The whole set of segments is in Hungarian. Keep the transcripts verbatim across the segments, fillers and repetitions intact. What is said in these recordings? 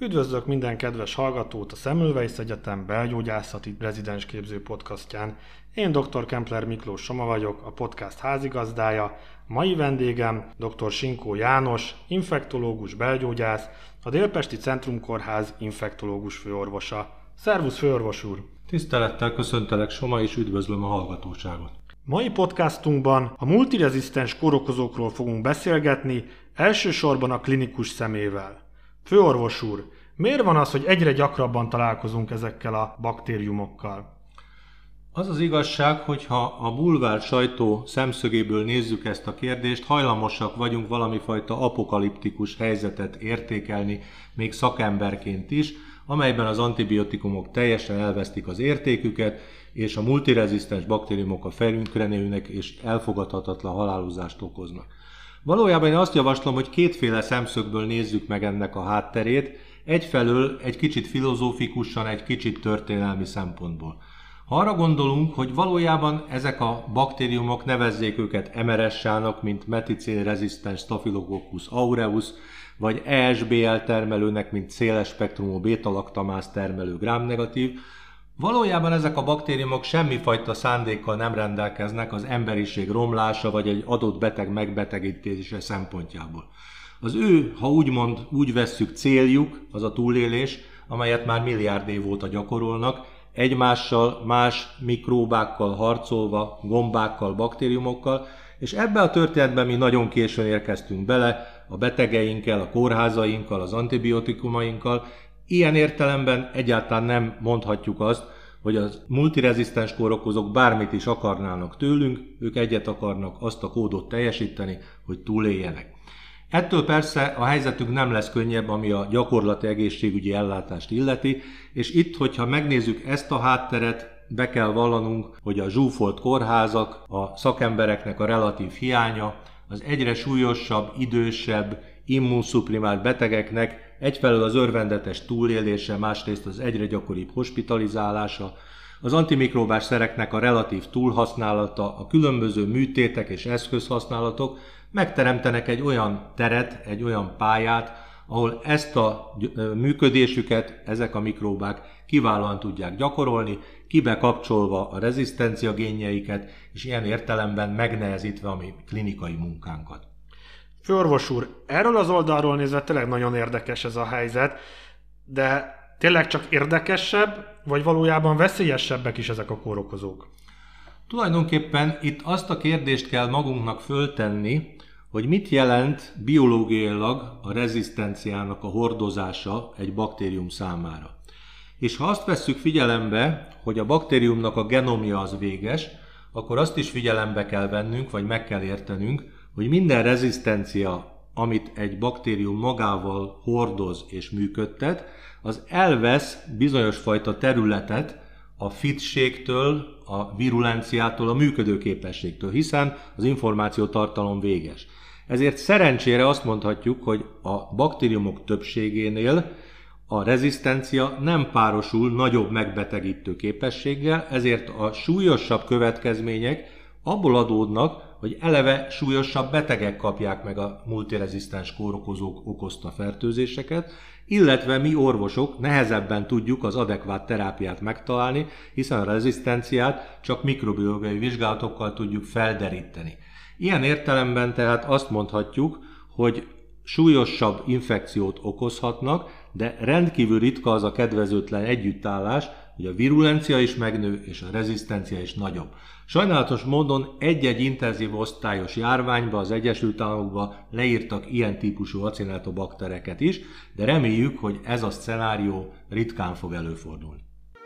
Üdvözlök minden kedves hallgatót a Semmelweis Egyetem belgyógyászati rezidensképző podcastján. Én dr. Kempler Miklós Soma vagyok, a podcast házigazdája. Mai vendégem dr. Sinkó János, infektológus, belgyógyász, a Délpesti Centrumkórház infektológus főorvosa. Szervusz, főorvos úr! Tisztelettel köszöntelek, Soma, és üdvözlöm a hallgatóságot! Mai podcastunkban a multirezisztens kórokozókról fogunk beszélgetni, elsősorban a klinikus szemével. Főorvos úr, miért van az, hogy egyre gyakrabban találkozunk ezekkel a baktériumokkal? Az az igazság, hogy ha a bulvár sajtó szemszögéből nézzük ezt a kérdést, hajlamosak vagyunk valamifajta apokaliptikus helyzetet értékelni, még szakemberként is, amelyben az antibiotikumok teljesen elvesztik az értéküket, és a multirezisztens baktériumok a fejünkre nőnek, és elfogadhatatlan halálozást okoznak. Valójában én azt javaslom, hogy kétféle szemszögből nézzük meg ennek a hátterét, egyfelől egy kicsit filozófikusan, egy kicsit történelmi szempontból. Ha arra gondolunk, hogy valójában ezek a baktériumok, nevezzék őket em er es-sának, mint meticillin-rezisztens Staphylococcus aureus, vagy e es bé el termelőnek, mint széles spektrumú bétalaktamász termelő grámnegatív, valójában ezek a baktériumok semmifajta szándékkal nem rendelkeznek az emberiség romlása vagy egy adott beteg megbetegítése szempontjából. Az ő, ha úgymond úgy vesszük, céljuk az a túlélés, amelyet már milliárd év óta gyakorolnak, egymással, más mikróbákkal harcolva, gombákkal, baktériumokkal, és ebbe a történetben mi nagyon későn érkeztünk bele, a betegeinkkel, a kórházainkkal, az antibiotikumainkkal. Ilyen értelemben egyáltalán nem mondhatjuk azt, hogy az multirezisztens kórokozók bármit is akarnának tőlünk, ők egyet akarnak, azt a kódot teljesíteni, hogy túléljenek. Ettől persze a helyzetünk nem lesz könnyebb, ami a gyakorlati egészségügyi ellátást illeti, és itt, hogyha megnézzük ezt a hátteret, be kell vallanunk, hogy a zsúfolt kórházak, a szakembereknek a relatív hiánya, az egyre súlyosabb, idősebb, immunszuprimált betegeknek egyfelől az örvendetes túlélése, másrészt az egyre gyakoribb hospitalizálása, az antimikrobás szereknek a relatív túlhasználata, a különböző műtétek és eszközhasználatok megteremtenek egy olyan teret, egy olyan pályát, ahol ezt a működésüket ezek a mikróbák kiválóan tudják gyakorolni, kibekapcsolva a rezisztencia génjeiket, és ilyen értelemben megnehezítve a mi klinikai munkánkat. Főorvos úr, erről az oldalról nézve tényleg nagyon érdekes ez a helyzet, de tényleg csak érdekesebb, vagy valójában veszélyesebbek is ezek a kórokozók? Tulajdonképpen itt azt a kérdést kell magunknak föltenni, hogy mit jelent biológiailag a rezisztenciának a hordozása egy baktérium számára. És ha azt vesszük figyelembe, hogy a baktériumnak a genomja az véges, akkor azt is figyelembe kell vennünk, vagy meg kell értenünk, hogy minden rezisztencia, amit egy baktérium magával hordoz és működtet, az elvesz bizonyos fajta területet a fitségtől, a virulenciától, a működőképességtől, hiszen az információtartalom véges. Ezért szerencsére azt mondhatjuk, hogy a baktériumok többségénél a rezisztencia nem párosul nagyobb megbetegítő képességgel, ezért a súlyosabb következmények abból adódnak, hogy eleve súlyosabb betegek kapják meg a multirezisztens kórokozók okozta fertőzéseket, illetve mi orvosok nehezebben tudjuk az adekvát terápiát megtalálni, hiszen a rezisztenciát csak mikrobiológiai vizsgálatokkal tudjuk felderíteni. Ilyen értelemben tehát azt mondhatjuk, hogy súlyosabb infekciót okozhatnak, de rendkívül ritka az a kedvezőtlen együttállás, hogy a virulencia is megnő és a rezisztencia is nagyobb. Sajnálatos módon egy-egy intenzív osztályos járványba az Egyesült Államokban leírtak ilyen típusú acinetobaktereket is, de reméljük, hogy ez a szcenárió ritkán fog előfordulni.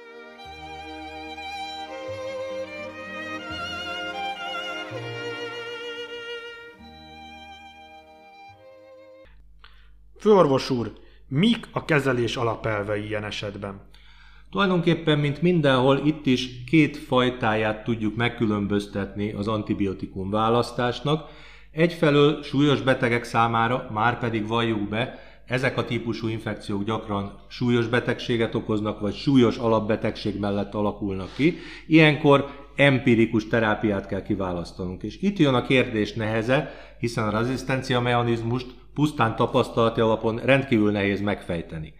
Főorvos úr, mik a kezelés alapelvei ilyen esetben? Tulajdonképpen, mint mindenhol, itt is két fajtáját tudjuk megkülönböztetni az antibiotikum választásnak. Egyfelől súlyos betegek számára, már pedig valljuk be, ezek a típusú infekciók gyakran súlyos betegséget okoznak, vagy súlyos alapbetegség mellett alakulnak ki. Ilyenkor empirikus terápiát kell kiválasztanunk. És itt jön a kérdés neheze, hiszen a rezisztencia mechanizmust pusztán tapasztalati alapon rendkívül nehéz megfejteni.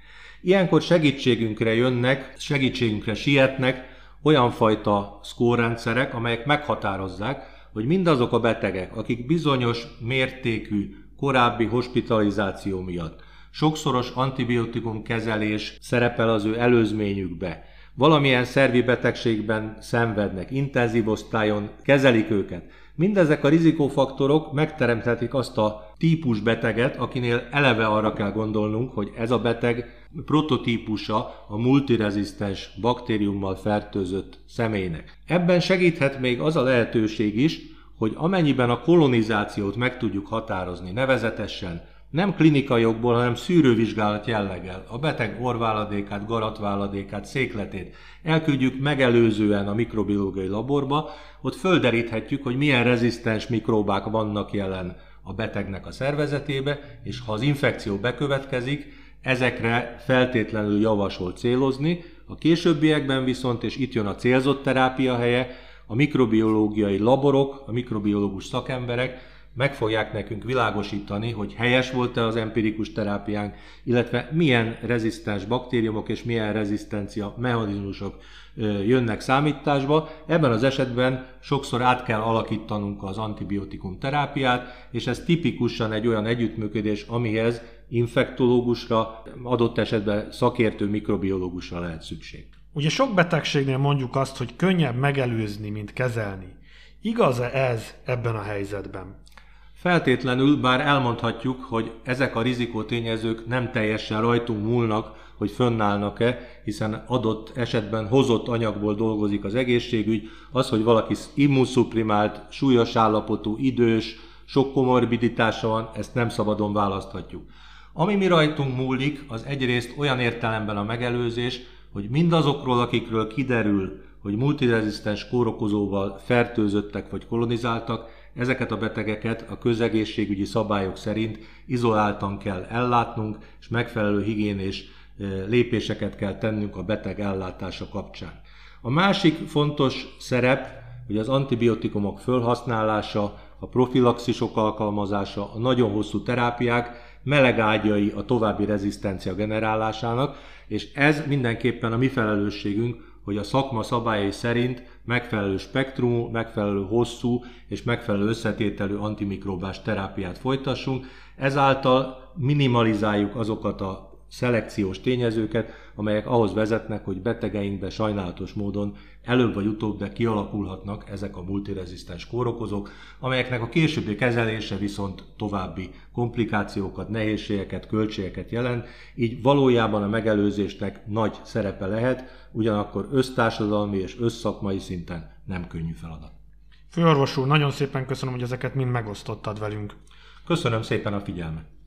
Ilyenkor segítségünkre jönnek, segítségünkre sietnek olyan fajta szkórrendszerek, amelyek meghatározzák, hogy mindazok a betegek, akik bizonyos mértékű korábbi hospitalizáció miatt sokszoros antibiotikum kezelés szerepel az ő előzményükbe, valamilyen szervi betegségben szenvednek, intenzív osztályon kezelik őket. Mindezek a rizikófaktorok megteremthetik azt a típus beteget, akinél eleve arra kell gondolnunk, hogy ez a beteg prototípusa a multirezisztens baktériummal fertőzött személynek. Ebben segíthet még az a lehetőség is, hogy amennyiben a kolonizációt meg tudjuk határozni, nevezetesen nem klinikai okból, hanem szűrővizsgálat jelleggel, a beteg orrváladékát, garatváladékát, székletét elküldjük megelőzően a mikrobiológiai laborba, ott földeríthetjük, hogy milyen rezisztens mikróbák vannak jelen a betegnek a szervezetébe, és ha az infekció bekövetkezik, ezekre feltétlenül javasol célozni, a későbbiekben viszont, és itt jön a célzott terápia helye, a mikrobiológiai laborok, a mikrobiológus szakemberek meg fogják nekünk világosítani, hogy helyes volt-e az empirikus terápiánk, illetve milyen rezisztens baktériumok és milyen rezisztencia mechanizmusok jönnek számításba. Ebben az esetben sokszor át kell alakítanunk az antibiotikum terápiát, és ez tipikusan egy olyan együttműködés, amihez infektológusra, adott esetben szakértő mikrobiológusra lehet szükség. Ugye sok betegségnél mondjuk azt, hogy könnyebb megelőzni, mint kezelni. Igaz-e ez ebben a helyzetben? Feltétlenül, bár elmondhatjuk, hogy ezek a rizikótényezők nem teljesen rajtunk múlnak, hogy fönnállnak-e, hiszen adott esetben hozott anyagból dolgozik az egészségügy, az, hogy valaki immunszuprimált, súlyos állapotú, idős, sok komorbiditása van, ezt nem szabadon választhatjuk. Ami mi rajtunk múlik, az egyrészt olyan értelemben a megelőzés, hogy mindazokról, akikről kiderül, hogy multirezisztens kórokozóval fertőzöttek vagy kolonizáltak, ezeket a betegeket a közegészségügyi szabályok szerint izoláltan kell ellátnunk, és megfelelő higiénés lépéseket kell tennünk a beteg ellátása kapcsán. A másik fontos szerep, hogy az antibiotikumok felhasználása, a profilaxisok alkalmazása, a nagyon hosszú terápiák melegágyai a további rezisztencia generálásának, és ez mindenképpen a mi felelősségünk, hogy a szakma szabályai szerint megfelelő spektrumú, megfelelő hosszú és megfelelő összetételű antimikrobás terápiát folytassunk, ezáltal minimalizáljuk azokat a szelekciós tényezőket, amelyek ahhoz vezetnek, hogy betegeinkbe sajnálatos módon előbb vagy utóbb de kialakulhatnak ezek a multirezisztens kórokozók, amelyeknek a későbbi kezelése viszont további komplikációkat, nehézségeket, költségeket jelent, így valójában a megelőzésnek nagy szerepe lehet, ugyanakkor össztársadalmi és összszakmai szinten nem könnyű feladat. Főorvos úr, nagyon szépen köszönöm, hogy ezeket mind megosztottad velünk. Köszönöm szépen a figyelmet!